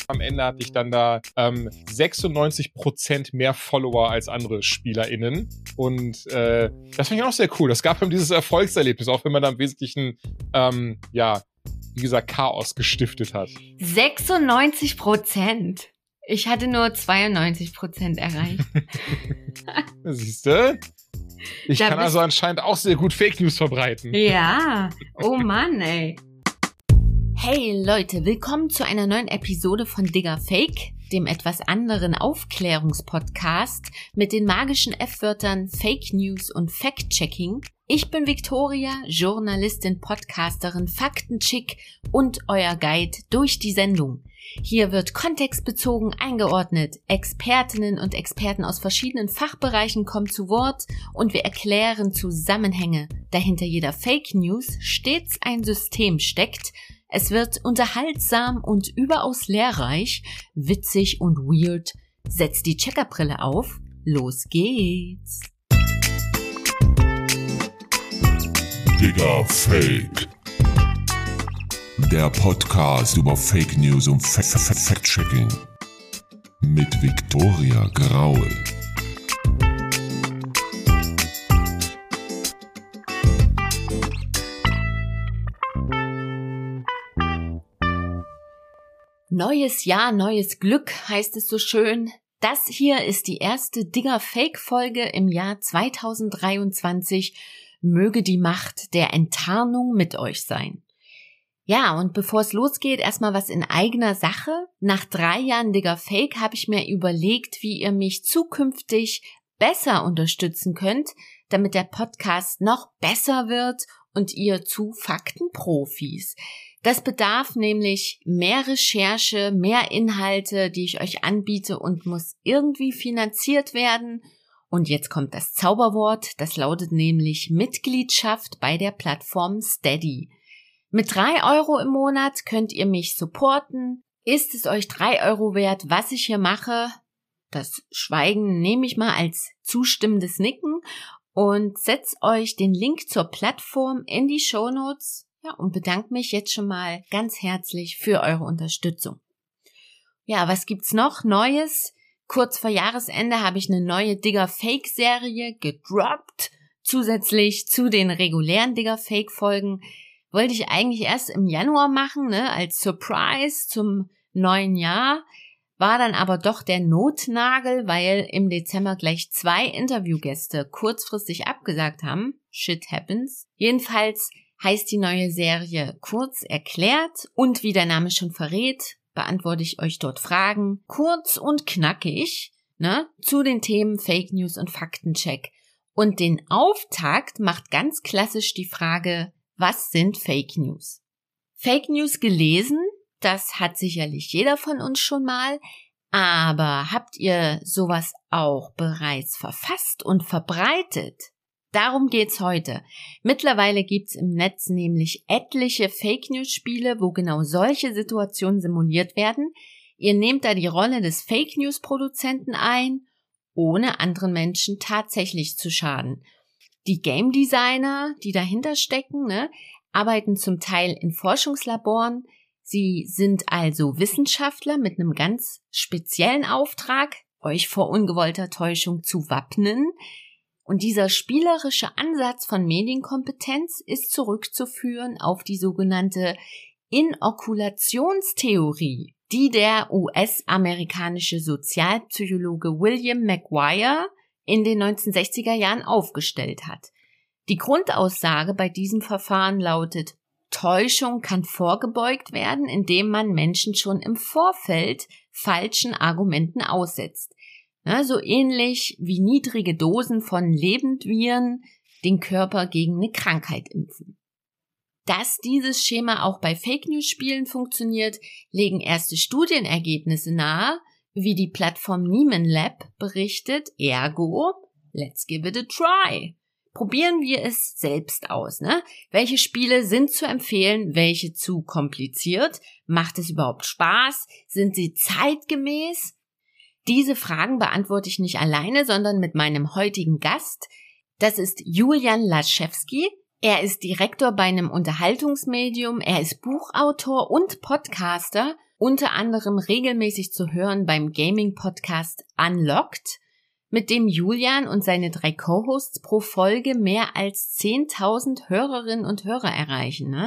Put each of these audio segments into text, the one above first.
Am Ende hatte ich dann da 96% mehr Follower als andere SpielerInnen. Und das fand ich auch sehr cool. Das gab ihm dieses Erfolgserlebnis, auch wenn man da im Wesentlichen, wie gesagt, Chaos gestiftet hat. 96%? Ich hatte nur 92% erreicht. Siehst du? Ich kann also anscheinend auch sehr gut Fake News verbreiten. Ja, oh Mann, ey. Hey Leute, willkommen zu einer neuen Episode von Digger Fake, dem etwas anderen Aufklärungspodcast mit den magischen F-Wörtern Fake News und Fact-Checking. Ich bin Victoria, Journalistin, Podcasterin, Faktenchick und euer Guide durch die Sendung. Hier wird kontextbezogen eingeordnet. Expertinnen und Experten aus verschiedenen Fachbereichen kommen zu Wort und wir erklären Zusammenhänge. Da hinter jeder Fake News stets ein System steckt. Es wird unterhaltsam und überaus lehrreich, witzig und weird. Setzt die Checkerbrille auf. Los geht's. Digger Fake. Der Podcast über Fake News und Fact-Checking. Mit Victoria Graul. Neues Jahr, neues Glück, heißt es so schön. Das hier ist die erste Digger-Fake-Folge im Jahr 2023. Möge die Macht der Enttarnung mit euch sein. Ja, und bevor es losgeht, erstmal was in eigener Sache. Nach 3 Jahren Digger Fake habe ich mir überlegt, wie ihr mich zukünftig besser unterstützen könnt, damit der Podcast noch besser wird und ihr zu Faktenprofis. Das bedarf nämlich mehr Recherche, mehr Inhalte, die ich euch anbiete und muss irgendwie finanziert werden. Und jetzt kommt das Zauberwort, das lautet nämlich Mitgliedschaft bei der Plattform Steady. Mit 3 € im Monat könnt ihr mich supporten. Ist es euch 3 € wert, was ich hier mache? Das Schweigen nehme ich mal als zustimmendes Nicken und setzt euch den Link zur Plattform in die Shownotes. Ja, und bedanke mich jetzt schon mal ganz herzlich für eure Unterstützung. Ja, was gibt's noch Neues? Kurz vor Jahresende habe ich eine neue Digger-Fake-Serie gedroppt. Zusätzlich zu den regulären Digger-Fake-Folgen wollte ich eigentlich erst im Januar machen, als Surprise zum neuen Jahr. War dann aber doch der Notnagel, weil im Dezember gleich 2 Interviewgäste kurzfristig abgesagt haben. Shit happens. Jedenfalls heißt die neue Serie Kurz erklärt und wie der Name schon verrät, beantworte ich euch dort Fragen, kurz und knackig, zu den Themen Fake News und Faktencheck. Und den Auftakt macht ganz klassisch die Frage, was sind Fake News? Fake News gelesen, das hat sicherlich jeder von uns schon mal, aber habt ihr sowas auch bereits verfasst und verbreitet? Darum geht's heute. Mittlerweile gibt's im Netz nämlich etliche Fake-News-Spiele, wo genau solche Situationen simuliert werden. Ihr nehmt da die Rolle des Fake-News-Produzenten ein, ohne anderen Menschen tatsächlich zu schaden. Die Game-Designer, die dahinter stecken, arbeiten zum Teil in Forschungslaboren. Sie sind also Wissenschaftler mit einem ganz speziellen Auftrag, euch vor ungewollter Täuschung zu wappnen. Und dieser spielerische Ansatz von Medienkompetenz ist zurückzuführen auf die sogenannte Inokulationstheorie, die der US-amerikanische Sozialpsychologe William McGuire in den 1960er Jahren aufgestellt hat. Die Grundaussage bei diesem Verfahren lautet: Täuschung kann vorgebeugt werden, indem man Menschen schon im Vorfeld falschen Argumenten aussetzt. So ähnlich wie niedrige Dosen von Lebendviren den Körper gegen eine Krankheit impfen. Dass dieses Schema auch bei Fake-News-Spielen funktioniert, legen erste Studienergebnisse nahe, wie die Plattform Nieman Lab berichtet, ergo, let's give it a try. Probieren wir es selbst aus, Welche Spiele sind zu empfehlen, welche zu kompliziert? Macht es überhaupt Spaß? Sind sie zeitgemäß? Diese Fragen beantworte ich nicht alleine, sondern mit meinem heutigen Gast. Das ist Julian Laschewski. Er ist Direktor bei einem Unterhaltungsmedium, er ist Buchautor und Podcaster unter anderem regelmäßig zu hören beim Gaming-Podcast Unlocked, mit dem Julian und seine 3 Co-Hosts pro Folge mehr als 10.000 Hörerinnen und Hörer erreichen. Ne?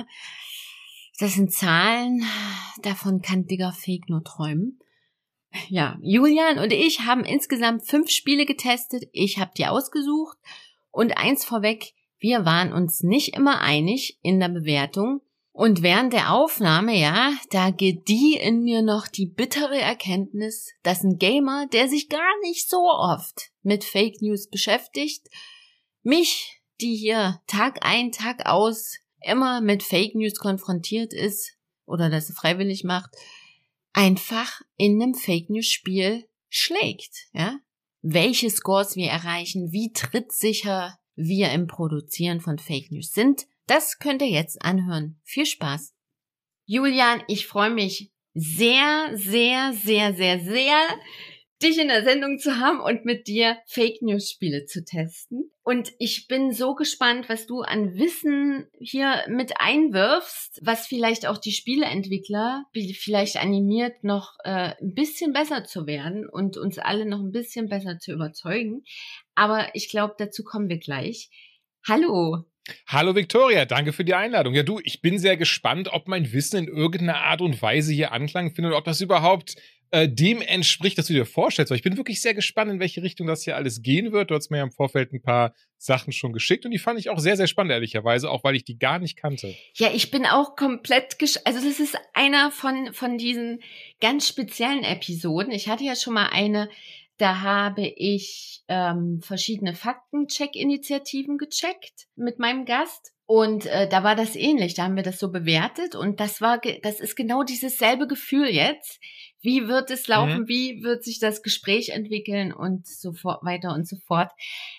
Das sind Zahlen, davon kann Digger Fake nur träumen. Ja, Julian und ich haben insgesamt 5 Spiele getestet. Ich habe die ausgesucht. Und eins vorweg, wir waren uns nicht immer einig in der Bewertung. Und während der Aufnahme, ja, da gedieh in mir noch die bittere Erkenntnis, dass ein Gamer, der sich gar nicht so oft mit Fake News beschäftigt, mich, die hier Tag ein, Tag aus immer mit Fake News konfrontiert ist oder das freiwillig macht, einfach in einem Fake News Spiel schlägt, ja? Welche Scores wir erreichen, wie trittsicher wir im Produzieren von Fake News sind, das könnt ihr jetzt anhören. Viel Spaß. Julian, ich freue mich sehr, sehr, sehr, sehr, sehr, dich in der Sendung zu haben und mit dir Fake News Spiele zu testen. Und ich bin so gespannt, was du an Wissen hier mit einwirfst, was vielleicht auch die Spieleentwickler vielleicht animiert, noch ein bisschen besser zu werden und uns alle noch ein bisschen besser zu überzeugen. Aber ich glaube, dazu kommen wir gleich. Hallo. Hallo Viktoria, danke für die Einladung. Ja du, ich bin sehr gespannt, ob mein Wissen in irgendeiner Art und Weise hier Anklang findet und ob das überhaupt dem entspricht, dass du dir vorstellst. Weil ich bin wirklich sehr gespannt, in welche Richtung das hier alles gehen wird. Du hast mir ja im Vorfeld ein paar Sachen schon geschickt und die fand ich auch sehr, sehr spannend, ehrlicherweise, auch weil ich die gar nicht kannte. Ja, ich bin auch komplett also das ist einer von diesen ganz speziellen Episoden. Ich hatte ja schon mal eine, da habe ich verschiedene Faktencheck-Initiativen gecheckt mit meinem Gast. Und da war das ähnlich, da haben wir das so bewertet und das ist genau dieses selbe Gefühl jetzt. Wie wird es laufen, wie wird sich das Gespräch entwickeln und so weiter und so fort.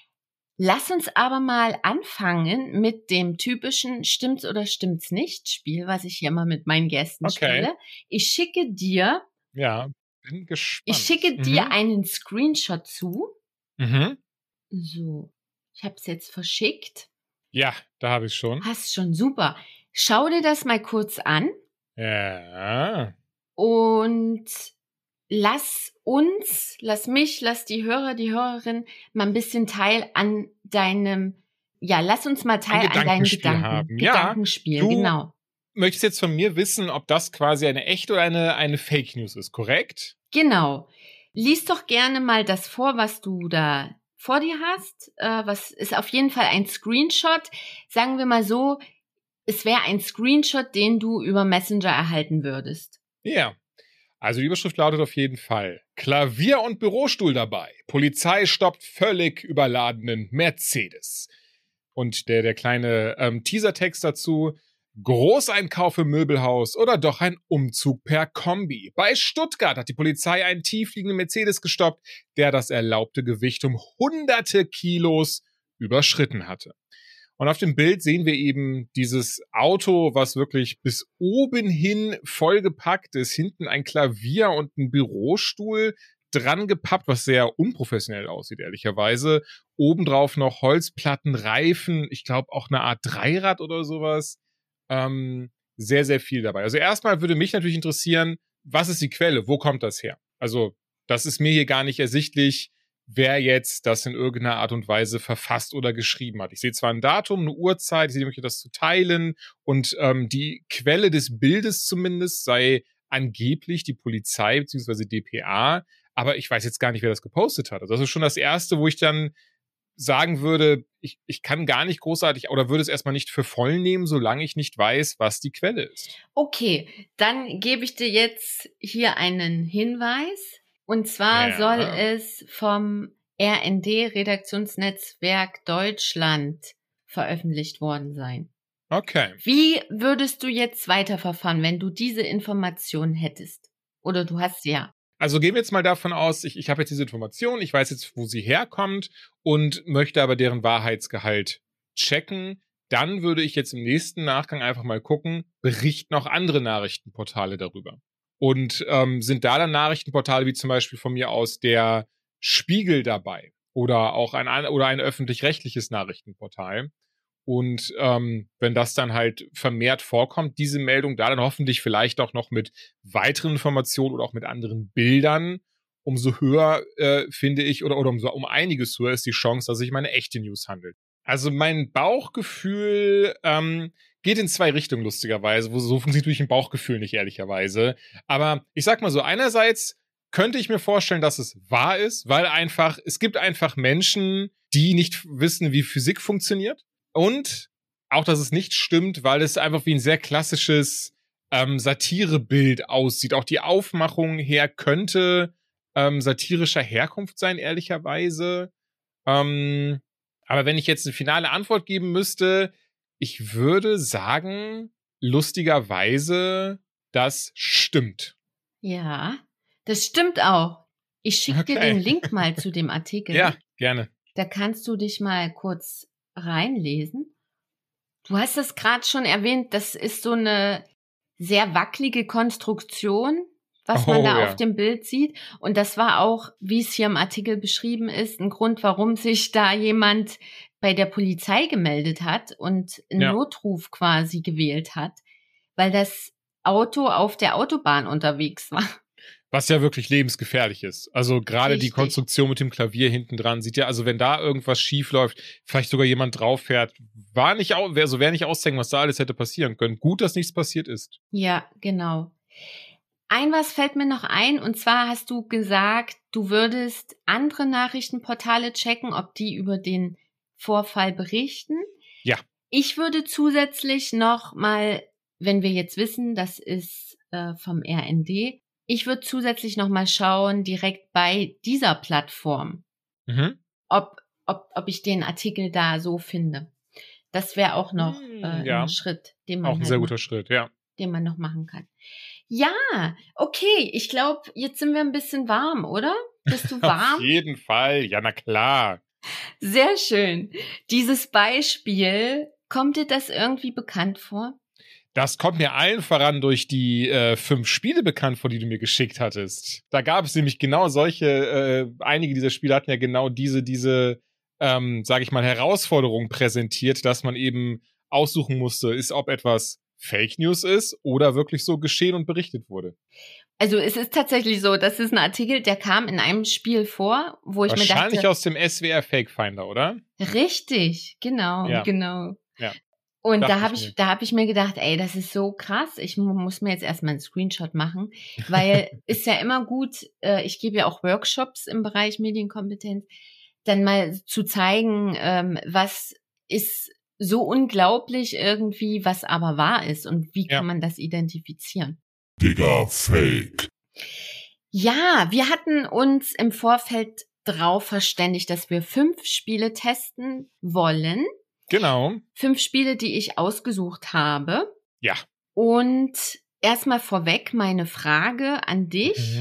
Lass uns aber mal anfangen mit dem typischen Stimmt's oder stimmt's nicht Spiel, was ich hier immer mit meinen Gästen spiele. Ich schicke dir bin gespannt. Ich schicke dir einen Screenshot zu. So, ich habe es jetzt verschickt. Ja, da habe ich schon. Hast schon, super. Schau dir das mal kurz an. Ja. Und lass mich, lass die Hörer, die Hörerin mal ein bisschen teil an deinem, lass uns mal teil an deinen Gedankenspiel, genau. Möchtest jetzt von mir wissen, ob das quasi eine echte oder eine Fake News ist, korrekt? Genau. Lies doch gerne mal das vor, was du da vor dir hast. Was ist auf jeden Fall ein Screenshot. Sagen wir mal so, es wäre ein Screenshot, den du über Messenger erhalten würdest. Ja. Also die Überschrift lautet auf jeden Fall: Klavier und Bürostuhl dabei. Polizei stoppt völlig überladenen Mercedes. Und der kleine Teasertext dazu: Großeinkauf im Möbelhaus oder doch ein Umzug per Kombi. Bei Stuttgart hat die Polizei einen tiefliegenden Mercedes gestoppt, der das erlaubte Gewicht um hunderte Kilos überschritten hatte. Und auf dem Bild sehen wir eben dieses Auto, was wirklich bis oben hin vollgepackt ist. Hinten ein Klavier und ein Bürostuhl dran gepappt, was sehr unprofessionell aussieht, ehrlicherweise. Obendrauf noch Holzplatten, Reifen, ich glaube auch eine Art Dreirad oder sowas. Sehr, sehr viel dabei. Also erstmal würde mich natürlich interessieren, was ist die Quelle? Wo kommt das her? Also das ist mir hier gar nicht ersichtlich, wer jetzt das in irgendeiner Art und Weise verfasst oder geschrieben hat. Ich sehe zwar ein Datum, eine Uhrzeit, ich sehe nämlich das zu teilen und die Quelle des Bildes zumindest sei angeblich die Polizei bzw. dpa, aber ich weiß jetzt gar nicht, wer das gepostet hat. Also das ist schon das Erste, wo ich dann sagen würde, ich kann gar nicht großartig oder würde es erstmal nicht für voll nehmen, solange ich nicht weiß, was die Quelle ist. Okay, dann gebe ich dir jetzt hier einen Hinweis. Und zwar soll es vom RND-Redaktionsnetzwerk Deutschland veröffentlicht worden sein. Okay. Wie würdest du jetzt weiterverfahren, wenn du diese Information hättest? Oder du hast sie ja. Also gehen wir jetzt mal davon aus, ich habe jetzt diese Information, ich weiß jetzt, wo sie herkommt und möchte aber deren Wahrheitsgehalt checken. Dann würde ich jetzt im nächsten Nachgang einfach mal gucken, berichten auch andere Nachrichtenportale darüber. Und sind da dann Nachrichtenportale wie zum Beispiel von mir aus der Spiegel dabei oder auch ein öffentlich-rechtliches Nachrichtenportal. Und wenn das dann halt vermehrt vorkommt, diese Meldung, da dann hoffentlich vielleicht auch noch mit weiteren Informationen oder auch mit anderen Bildern, umso höher, finde ich, oder um einiges höher ist die Chance, dass sich um eine echte News handelt. Also mein Bauchgefühl geht in zwei Richtungen, lustigerweise. So funktioniert natürlich ein Bauchgefühl nicht, ehrlicherweise. Aber ich sag mal so, einerseits könnte ich mir vorstellen, dass es wahr ist, weil es gibt einfach Menschen, die nicht wissen, wie Physik funktioniert. Und auch, dass es nicht stimmt, weil es einfach wie ein sehr klassisches Satirebild aussieht. Auch die Aufmachung her könnte satirischer Herkunft sein, ehrlicherweise. Aber wenn ich jetzt eine finale Antwort geben müsste, ich würde sagen, lustigerweise, das stimmt. Ja, das stimmt auch. Ich schicke dir den Link mal zu dem Artikel. Ja, gerne. Da kannst du dich mal kurz reinlesen. Du hast es gerade schon erwähnt, das ist so eine sehr wackelige Konstruktion, was man da auf dem Bild sieht. Und das war auch, wie es hier im Artikel beschrieben ist, ein Grund, warum sich da jemand bei der Polizei gemeldet hat und einen Notruf quasi gewählt hat, weil das Auto auf der Autobahn unterwegs war. Was ja wirklich lebensgefährlich ist. Also gerade die Konstruktion mit dem Klavier hinten dran sieht ja, also wenn da irgendwas schief läuft, vielleicht sogar jemand drauf fährt, wäre nicht ausdenken, was da alles hätte passieren können. Gut, dass nichts passiert ist. Ja, genau. Was fällt mir noch ein, und zwar hast du gesagt, du würdest andere Nachrichtenportale checken, ob die über den Vorfall berichten. Ja. Ich würde zusätzlich noch mal, wenn wir jetzt wissen, das ist vom RND, ich würde zusätzlich noch mal schauen, direkt bei dieser Plattform, ob ich den Artikel da so finde. Das wäre auch noch ein Schritt, den man auch ein sehr guter Schritt, ja. Den man noch machen kann. Ja, okay, ich glaube, jetzt sind wir ein bisschen warm, oder? Bist du warm? Auf jeden Fall, ja, na klar. Sehr schön. Dieses Beispiel, kommt dir das irgendwie bekannt vor? Das kommt mir allen voran durch die 5 Spiele bekannt vor, die du mir geschickt hattest. Da gab es nämlich genau solche, einige dieser Spiele hatten ja genau diese sage ich mal, Herausforderung präsentiert, dass man eben aussuchen musste, ob etwas Fake News ist oder wirklich so geschehen und berichtet wurde. Also es ist tatsächlich so, das ist ein Artikel, der kam in einem Spiel vor, wo ich mir dachte... Wahrscheinlich aus dem SWR Fake Finder, oder? Richtig, genau. Ja. Und da hab ich mir gedacht, ey, das ist so krass, ich muss mir jetzt erstmal einen Screenshot machen, weil ist ja immer gut, ich gebe ja auch Workshops im Bereich Medienkompetenz, dann mal zu zeigen, was ist so unglaublich irgendwie, was aber wahr ist und wie kann man das identifizieren. Digga, Fake. Ja, wir hatten uns im Vorfeld drauf verständigt, dass wir 5 Spiele testen wollen. Genau. 5 Spiele, die ich ausgesucht habe. Ja. Und erstmal vorweg meine Frage an dich.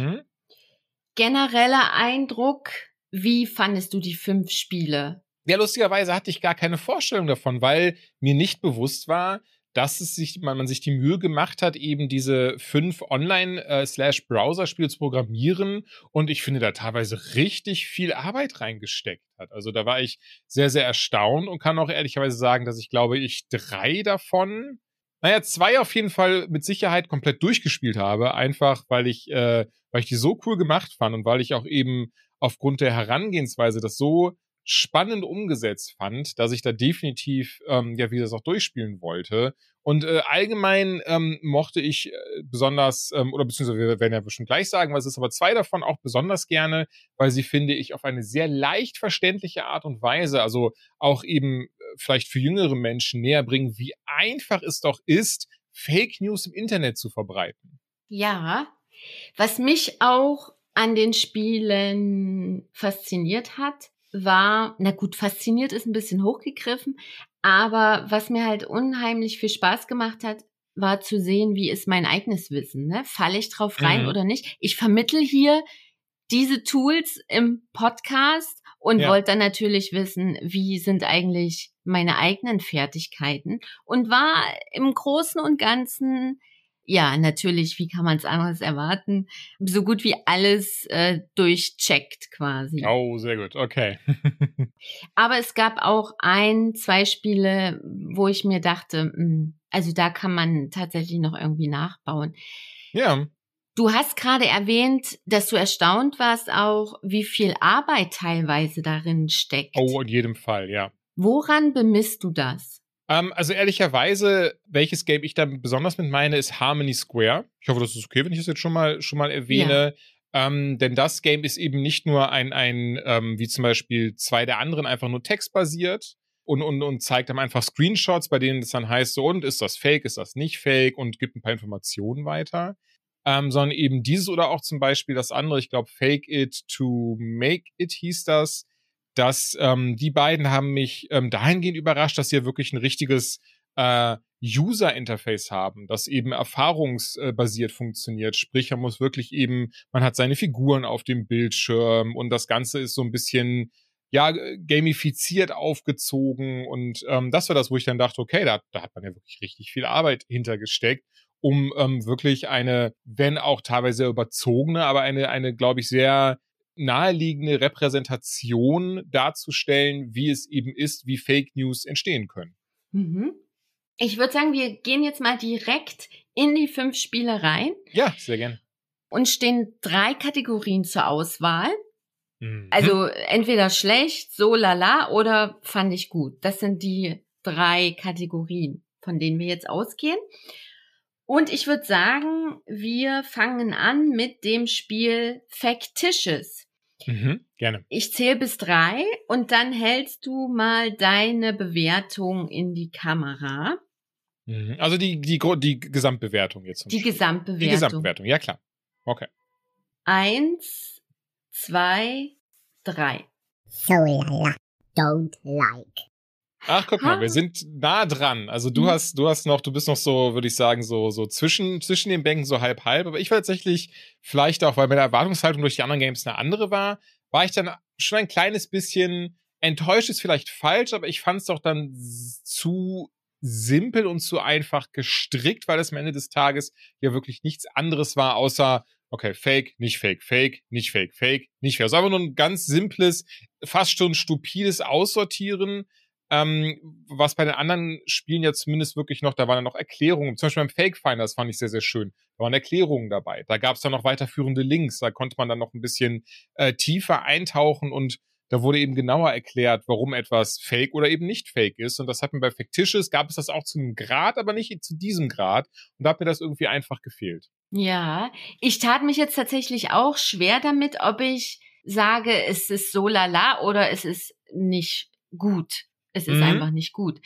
Genereller Eindruck, wie fandest du die 5 Spiele? Ja, lustigerweise hatte ich gar keine Vorstellung davon, weil mir nicht bewusst war, dass man sich die Mühe gemacht hat, eben diese 5 Online-/Browser-Spiele zu programmieren und ich finde, da teilweise richtig viel Arbeit reingesteckt hat. Also da war ich sehr, sehr erstaunt und kann auch ehrlicherweise sagen, dass ich glaube, 3 davon, 2 auf jeden Fall mit Sicherheit komplett durchgespielt habe, einfach weil ich die so cool gemacht fand und weil ich auch eben aufgrund der Herangehensweise das so spannend umgesetzt fand, dass ich da definitiv wie das auch durchspielen wollte. Und allgemein mochte ich besonders, oder beziehungsweise wir werden ja bestimmt gleich sagen, was es ist, aber 2 davon auch besonders gerne, weil sie, finde ich, auf eine sehr leicht verständliche Art und Weise, also auch eben vielleicht für jüngere Menschen näher bringen, wie einfach es doch ist, Fake News im Internet zu verbreiten. Ja, was mich auch an den Spielen fasziniert hat, war, fasziniert ist ein bisschen hochgegriffen, aber was mir halt unheimlich viel Spaß gemacht hat, war zu sehen, wie ist mein eigenes Wissen, ne? Falle ich drauf rein oder nicht? Ich vermittel hier diese Tools im Podcast und wollte dann natürlich wissen, wie sind eigentlich meine eigenen Fertigkeiten und war im Großen und Ganzen ja, natürlich, wie kann man es anderes erwarten, so gut wie alles durchcheckt quasi. Oh, sehr gut, okay. Aber es gab auch zwei Spiele, wo ich mir dachte, also da kann man tatsächlich noch irgendwie nachbauen. Ja. Du hast gerade erwähnt, dass du erstaunt warst auch, wie viel Arbeit teilweise darin steckt. Oh, in jedem Fall, ja. Woran bemisst du das? Also ehrlicherweise, welches Game ich da besonders mit meine, ist Harmony Square. Ich hoffe, das ist okay, wenn ich das jetzt schon mal erwähne. Ja. Denn das Game ist eben nicht nur ein wie zum Beispiel zwei der anderen, einfach nur textbasiert und zeigt dann einfach Screenshots, bei denen es dann heißt, so, und ist das fake, ist das nicht fake, und gibt ein paar Informationen weiter. Sondern eben dieses oder auch zum Beispiel das andere, ich glaube, Fake It to Make It hieß das. Die beiden haben mich dahingehend überrascht, dass sie ja wirklich ein richtiges User-Interface haben, das eben erfahrungsbasiert funktioniert. Sprich, man hat seine Figuren auf dem Bildschirm und das Ganze ist so ein bisschen, ja, gamifiziert aufgezogen, und das war das, wo ich dann dachte, okay, da hat man ja wirklich richtig viel Arbeit hintergesteckt, um wirklich eine, wenn auch teilweise überzogene, aber eine, glaube ich, sehr naheliegende Repräsentation darzustellen, wie es eben ist, wie Fake News entstehen können. Mhm. Ich würde sagen, wir gehen jetzt mal direkt in die 5 Spiele rein. Ja, sehr gerne. Und stehen 3 Kategorien zur Auswahl. Mhm. Also entweder schlecht, so lala oder fand ich gut. Das sind die 3 Kategorien, von denen wir jetzt ausgehen. Und ich würde sagen, wir fangen an mit dem Spiel Factitious. Gerne. Ich zähle bis 3 und dann hältst du mal deine Bewertung in die Kamera. Also die Gesamtbewertung jetzt. Die Gesamtbewertung. Die Gesamtbewertung, ja klar. Okay. 1, 2, 3. So lala. Don't like. Ach, guck mal, wir sind nah dran. Also du bist noch so, würde ich sagen, so zwischen den Bänken so halb, aber ich war tatsächlich, vielleicht auch, weil meine Erwartungshaltung durch die anderen Games eine andere war ich dann schon ein kleines bisschen enttäuscht, ist vielleicht falsch, aber ich fand es doch dann zu simpel und zu einfach gestrickt, weil es am Ende des Tages ja wirklich nichts anderes war, außer, okay, Fake, nicht Fake, Fake, nicht Fake, Fake, nicht Fake. Also einfach nur ein ganz simples, fast schon stupides Aussortieren, was bei den anderen Spielen ja zumindest wirklich noch, da waren dann noch Erklärungen, zum Beispiel beim Fake Finder, das fand ich sehr, sehr schön, da waren Erklärungen dabei, da gab es dann noch weiterführende Links, da konnte man dann noch ein bisschen tiefer eintauchen, und da wurde eben genauer erklärt, warum etwas Fake oder eben nicht Fake ist, und das hat mir bei Factitious, gab es das auch zu einem Grad, aber nicht zu diesem Grad, und da hat mir das irgendwie einfach gefehlt. Ja, ich tat mich jetzt tatsächlich auch schwer damit, ob ich sage, es ist so lala oder es ist nicht gut. Es ist einfach nicht gut.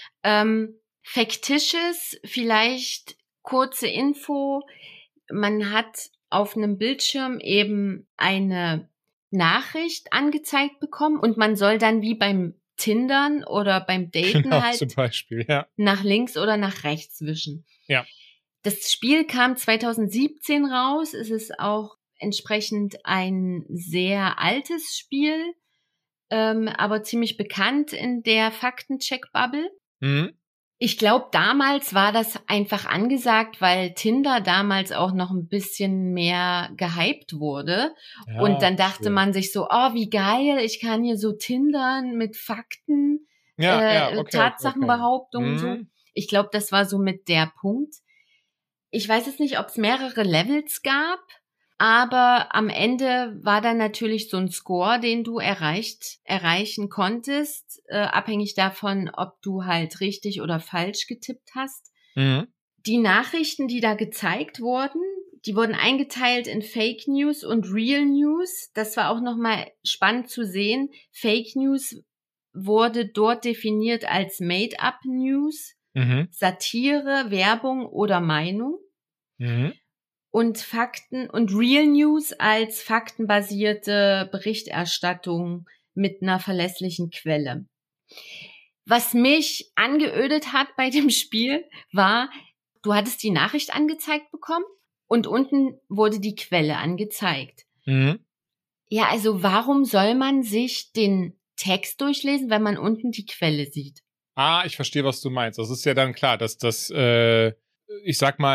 Factitious, vielleicht kurze Info. Man hat auf einem Bildschirm eben eine Nachricht angezeigt bekommen und man soll dann wie beim Tindern oder beim Daten genau, halt zum Beispiel, ja, nach links oder nach rechts wischen. Ja. Das Spiel kam 2017 raus. Es ist auch entsprechend ein sehr altes Spiel, aber ziemlich bekannt in der Faktencheck-Bubble. Ich glaube, damals war das einfach angesagt, weil Tinder damals auch noch ein bisschen mehr gehypt wurde. Ja, und dann dachte man sich so, oh, wie geil, ich kann hier so tindern mit Fakten, Tatsachenbehauptungen so. Ich glaube, das war so mit der Punkt. Ich weiß jetzt nicht, ob es mehrere Levels gab, aber am Ende war dann natürlich so ein Score, den du erreichen konntest, abhängig davon, ob du halt richtig oder falsch getippt hast. Die Nachrichten, die da gezeigt wurden, die wurden eingeteilt in Fake News und Real News. Das war auch nochmal spannend zu sehen. Fake News wurde dort definiert als Made-up News, Satire, Werbung oder Meinung. Und Fakten und Real News als faktenbasierte Berichterstattung mit einer verlässlichen Quelle. Was mich angeödet hat bei dem Spiel war, du hattest die Nachricht angezeigt bekommen und unten wurde die Quelle angezeigt. Ja, also warum soll man sich den Text durchlesen, wenn man unten die Quelle sieht? Ich verstehe, was du meinst. Das ist ja dann klar, dass das, ich sag mal,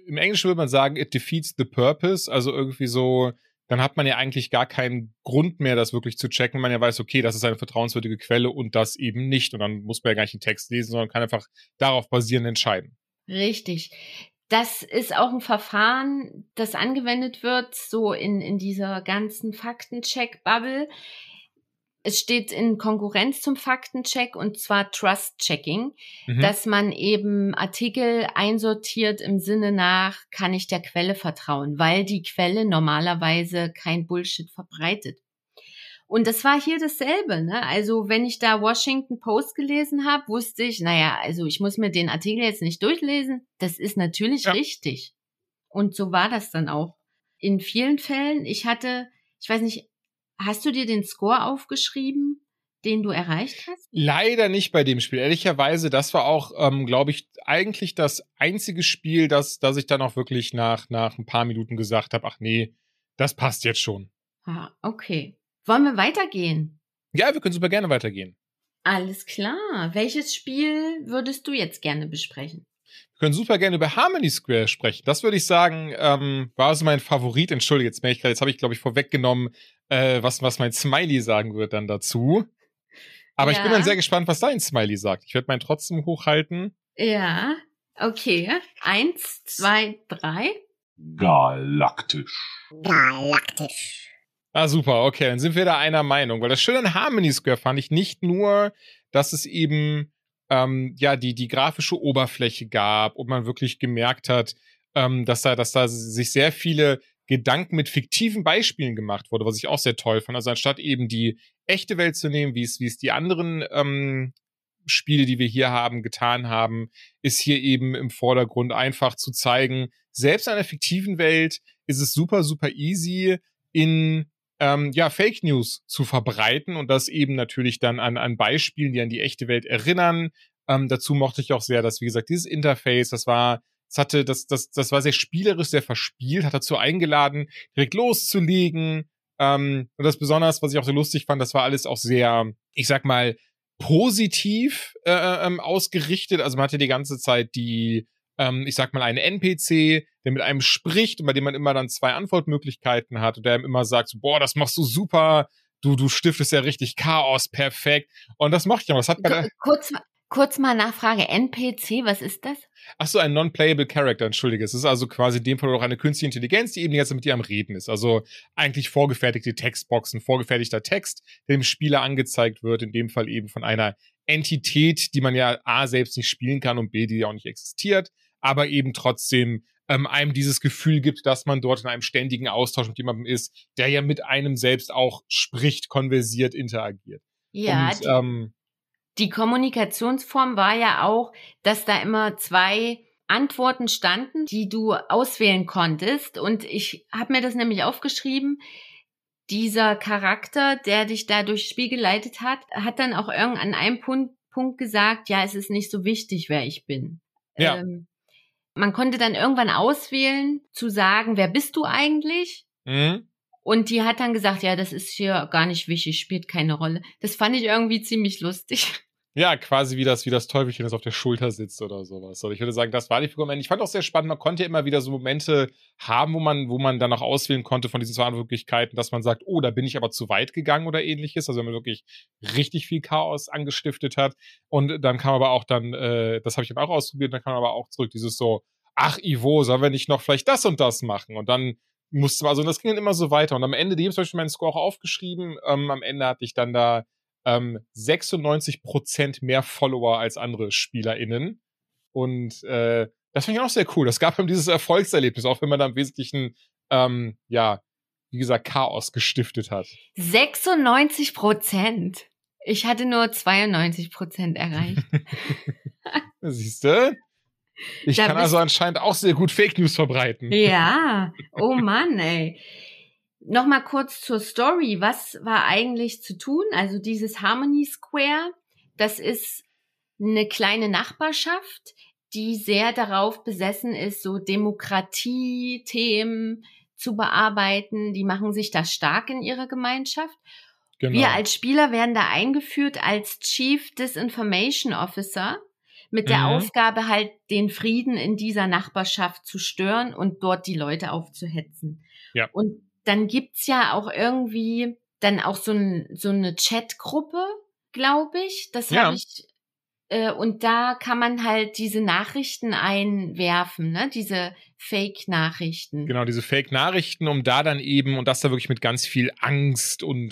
im Englischen würde man sagen, it defeats the purpose, also irgendwie so, dann hat man ja eigentlich gar keinen Grund mehr, das wirklich zu checken. Man ja weiß, okay, das ist eine vertrauenswürdige Quelle und das eben nicht. Und dann muss man ja gar nicht den Text lesen, sondern kann einfach darauf basierend entscheiden. Richtig. Das ist auch ein Verfahren, das angewendet wird, so in dieser ganzen Faktencheck-Bubble. Es steht in Konkurrenz zum Faktencheck und zwar Trust-Checking, dass man eben Artikel einsortiert im Sinne nach, kann ich der Quelle vertrauen, weil die Quelle normalerweise kein Bullshit verbreitet. Und das war hier dasselbe, ne? Also wenn ich da Washington Post gelesen habe, wusste ich, naja, also ich muss mir den Artikel jetzt nicht durchlesen. Das ist natürlich richtig. Und so war das dann auch. In vielen Fällen, ich weiß nicht, hast du dir den Score aufgeschrieben, den du erreicht hast? Leider nicht bei dem Spiel. Ehrlicherweise, das war auch, glaube ich, eigentlich das einzige Spiel, dass ich dann auch wirklich nach ein paar Minuten gesagt habe, ach nee, das passt jetzt schon. Ah, okay. Wollen wir weitergehen? Ja, wir können super gerne weitergehen. Alles klar. Welches Spiel würdest du jetzt gerne besprechen? Wir können super gerne über Harmony Square sprechen. Das würde ich sagen, war also mein Favorit. Entschuldige, jetzt habe ich, glaube ich, vorweggenommen, was mein Smiley sagen wird dann dazu. Aber ich bin dann sehr gespannt, was dein Smiley sagt. Ich werde meinen trotzdem hochhalten. Ja, okay. 1, 2, 3. Galaktisch. Galaktisch. Ah, super, okay, dann sind wir da einer Meinung. Weil das Schöne an Harmony Square fand ich nicht nur, dass es eben die grafische Oberfläche gab und man wirklich gemerkt hat, dass da sich sehr viele Gedanken mit fiktiven Beispielen gemacht wurde, was ich auch sehr toll fand. Also anstatt eben die echte Welt zu nehmen, wie es die anderen Spiele, die wir hier haben, getan haben, ist hier eben im Vordergrund einfach zu zeigen, selbst in einer fiktiven Welt ist es super, super easy, in Fake News zu verbreiten und das eben natürlich dann an Beispielen, die an die echte Welt erinnern. Dazu mochte ich auch sehr, dass, wie gesagt, dieses Interface, das war sehr spielerisch, sehr verspielt, hat dazu eingeladen, direkt loszulegen. Und das besonders, was ich auch so lustig fand, das war alles auch sehr, ich sag mal, positiv ausgerichtet. Also man hatte die ganze Zeit einen NPC, der mit einem spricht und bei dem man immer dann 2 Antwortmöglichkeiten hat und der ihm immer sagt, so, boah, das machst du super, du stiftest ja richtig Chaos, perfekt. Und das mochte ich auch. Das hat Kurz mal Nachfrage, NPC, was ist das? Ach so, ein Non-Playable Character, entschuldige. Es ist also quasi in dem Fall auch eine künstliche Intelligenz, die eben jetzt mit dir am Reden ist. Also eigentlich vorgefertigte Textboxen, vorgefertigter Text, der dem Spieler angezeigt wird, in dem Fall eben von einer Entität, die man ja A, selbst nicht spielen kann und B, die ja auch nicht existiert, aber eben trotzdem einem dieses Gefühl gibt, dass man dort in einem ständigen Austausch mit jemandem ist, der ja mit einem selbst auch spricht, konversiert, interagiert. Ja, und, die Kommunikationsform war ja auch, dass da immer 2 Antworten standen, die du auswählen konntest. Und ich habe mir das nämlich aufgeschrieben. Dieser Charakter, der dich da durchs Spiel geleitet hat, hat dann auch an einem Punkt gesagt, ja, es ist nicht so wichtig, wer ich bin. Ja. Man konnte dann irgendwann auswählen, zu sagen, wer bist du eigentlich? Mhm. Und die hat dann gesagt, ja, das ist hier gar nicht wichtig, spielt keine Rolle. Das fand ich irgendwie ziemlich lustig. Ja, quasi wie das Teufelchen, das auf der Schulter sitzt oder sowas. Also ich würde sagen, das war die Figur. Ich fand auch sehr spannend, man konnte ja immer wieder so Momente haben, wo man dann auch auswählen konnte von diesen 2 Möglichkeiten, dass man sagt, oh, da bin ich aber zu weit gegangen oder ähnliches. Also wenn man wirklich richtig viel Chaos angestiftet hat. Und dann kam aber auch das habe ich dann auch ausprobiert, dann kam aber auch zurück dieses so, ach Ivo, sollen wir nicht noch vielleicht das und das machen? Und dann musste man, also das ging dann immer so weiter. Und am Ende, die haben zum Beispiel meinen Score auch aufgeschrieben, am Ende hatte ich dann da 96% mehr Follower als andere SpielerInnen. Und das fand ich auch sehr cool. Das gab ihm dieses Erfolgserlebnis, auch wenn man da im Wesentlichen, wie gesagt, Chaos gestiftet hat. 96%. Ich hatte nur 92% erreicht. Siehst du? Ich kann also anscheinend auch sehr gut Fake News verbreiten. Ja, oh Mann, ey. Nochmal kurz zur Story. Was war eigentlich zu tun? Also dieses Harmony Square, das ist eine kleine Nachbarschaft, die sehr darauf besessen ist, so Demokratie-Themen zu bearbeiten. Die machen sich da stark in ihrer Gemeinschaft. Genau. Wir als Spieler werden da eingeführt als Chief Disinformation Officer. mit der Aufgabe halt, den Frieden in dieser Nachbarschaft zu stören und dort die Leute aufzuhetzen. Ja. Und dann gibt's ja auch irgendwie dann auch so eine Chatgruppe, glaube ich. Das Ja. habe ich. Und da kann man halt diese Nachrichten einwerfen, ne? Diese Fake-Nachrichten. Genau, diese Fake-Nachrichten, um da dann eben, und das da wirklich mit ganz viel Angst und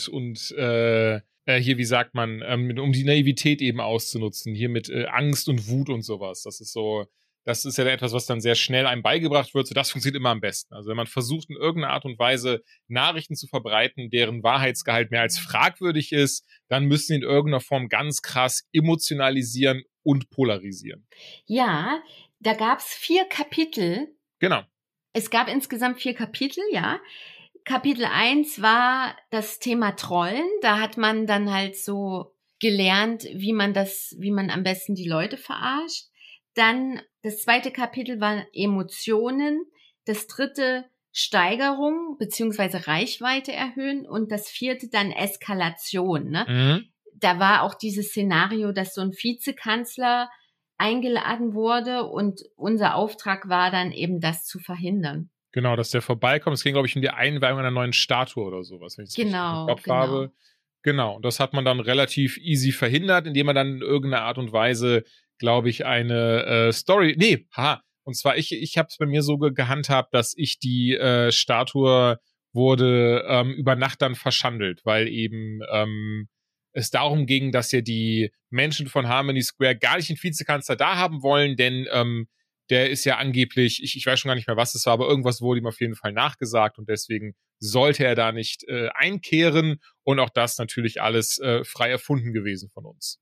hier, wie sagt man, um die Naivität eben auszunutzen, hier mit Angst und Wut und sowas. Das ist ja etwas, was dann sehr schnell einem beigebracht wird. So, das funktioniert immer am besten. Also wenn man versucht, in irgendeiner Art und Weise Nachrichten zu verbreiten, deren Wahrheitsgehalt mehr als fragwürdig ist, dann müssen sie in irgendeiner Form ganz krass emotionalisieren und polarisieren. Ja, da gab's 4 Kapitel. Genau. Es gab insgesamt 4 Kapitel, ja. Kapitel 1 war das Thema Trollen. Da hat man dann halt so gelernt, wie man am besten die Leute verarscht. Dann das 2. Kapitel war Emotionen. Das 3. Steigerung beziehungsweise Reichweite erhöhen. Und das 4. dann Eskalation, ne? Da war auch dieses Szenario, dass so ein Vizekanzler eingeladen wurde und unser Auftrag war dann eben, das zu verhindern. Genau, dass der vorbeikommt. Es ging, glaube ich, um die Einweihung einer neuen Statue oder sowas, wenn ich das richtig im Kopf habe. Genau, und das hat man dann relativ easy verhindert, indem man dann in irgendeiner Art und Weise, glaube ich, eine Story... Und zwar, ich habe es bei mir so gehandhabt, dass ich die Statue wurde über Nacht dann verschandelt, weil eben es darum ging, dass ja die Menschen von Harmony Square gar nicht den Vizekanzler da haben wollen, denn der ist ja angeblich, ich weiß schon gar nicht mehr, was es war, aber irgendwas wurde ihm auf jeden Fall nachgesagt und deswegen sollte er da nicht einkehren und auch das natürlich alles frei erfunden gewesen von uns.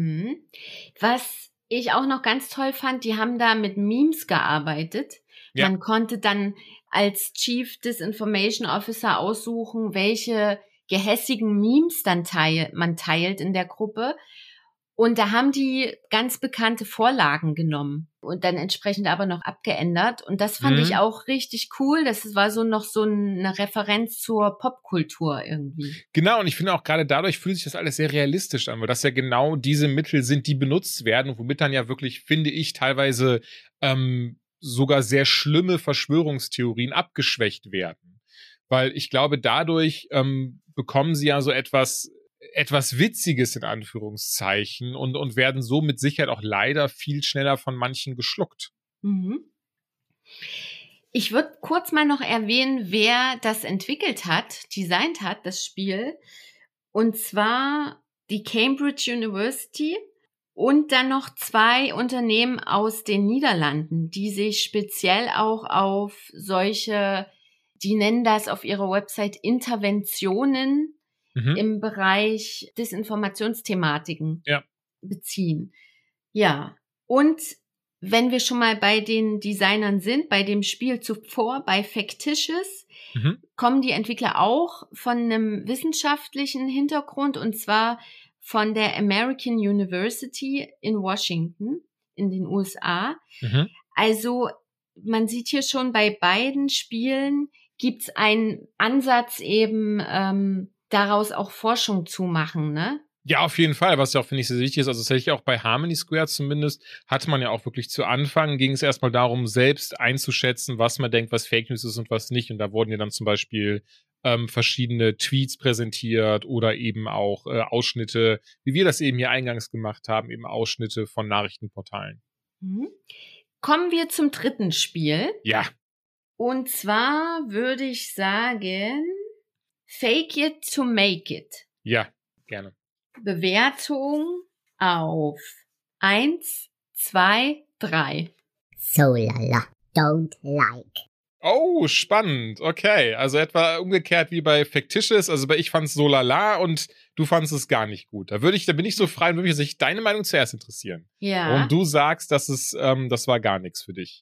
Was ich auch noch ganz toll fand, die haben da mit Memes gearbeitet. Ja. Man konnte dann als Chief Disinformation Officer aussuchen, welche gehässigen Memes dann man teilt in der Gruppe. Und da haben die ganz bekannte Vorlagen genommen und dann entsprechend aber noch abgeändert. Und das fand ich auch richtig cool. Das war noch so eine Referenz zur Popkultur irgendwie. Genau, und ich finde auch gerade dadurch fühlt sich das alles sehr realistisch an, weil das ja genau diese Mittel sind, die benutzt werden, womit dann ja wirklich, finde ich, teilweise sogar sehr schlimme Verschwörungstheorien abgeschwächt werden. Weil ich glaube, dadurch bekommen sie ja so etwas Witziges in Anführungszeichen und werden so mit Sicherheit auch leider viel schneller von manchen geschluckt. Ich würde kurz mal noch erwähnen, wer das designt hat, das Spiel. Und zwar die Cambridge University und dann noch 2 Unternehmen aus den Niederlanden, die sich speziell auch auf solche, die nennen das auf ihrer Website Interventionen im Bereich Desinformationsthematiken beziehen. Ja, und wenn wir schon mal bei den Designern sind, bei dem Spiel zuvor, bei Factitious, kommen die Entwickler auch von einem wissenschaftlichen Hintergrund und zwar von der American University in Washington in den USA. Also man sieht hier schon bei beiden Spielen gibt's einen Ansatz eben daraus auch Forschung zu machen, ne? Ja, auf jeden Fall, was ja auch, finde ich, sehr wichtig ist. Also tatsächlich auch bei Harmony Square zumindest hatte man ja auch wirklich zu Anfang, ging es erstmal darum, selbst einzuschätzen, was man denkt, was Fake News ist und was nicht. Und da wurden ja dann zum Beispiel verschiedene Tweets präsentiert oder eben auch Ausschnitte, wie wir das eben hier eingangs gemacht haben, eben Ausschnitte von Nachrichtenportalen. Kommen wir zum 3. Spiel. Ja. Und zwar würde ich sagen, Fake It to Make It. Ja, gerne. Bewertung auf 1, 2, 3. So lala. Don't like. Oh, spannend. Okay, also etwa umgekehrt wie bei Factitious. Also ich fand's so lala und du fandst es gar nicht gut. Da bin ich so frei und würde mich sich deine Meinung zuerst interessieren. Ja. Und du sagst, das war gar nichts für dich.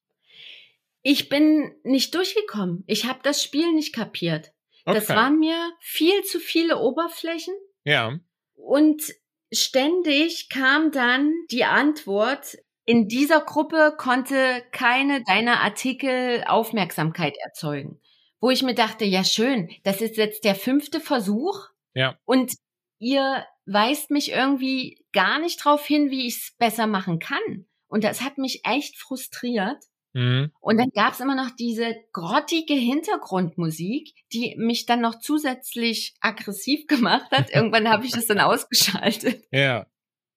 Ich bin nicht durchgekommen. Ich habe das Spiel nicht kapiert. Okay. Das waren mir viel zu viele Oberflächen. Ja. Und ständig kam dann die Antwort, in dieser Gruppe konnte keine deiner Artikel Aufmerksamkeit erzeugen. Wo ich mir dachte, ja schön, das ist jetzt der 5. Versuch. Ja. Und ihr weist mich irgendwie gar nicht drauf hin, wie ich es besser machen kann. Und das hat mich echt frustriert. Mhm. Und dann gab's immer noch diese grottige Hintergrundmusik, die mich dann noch zusätzlich aggressiv gemacht hat. Irgendwann habe ich das dann ausgeschaltet. Ja.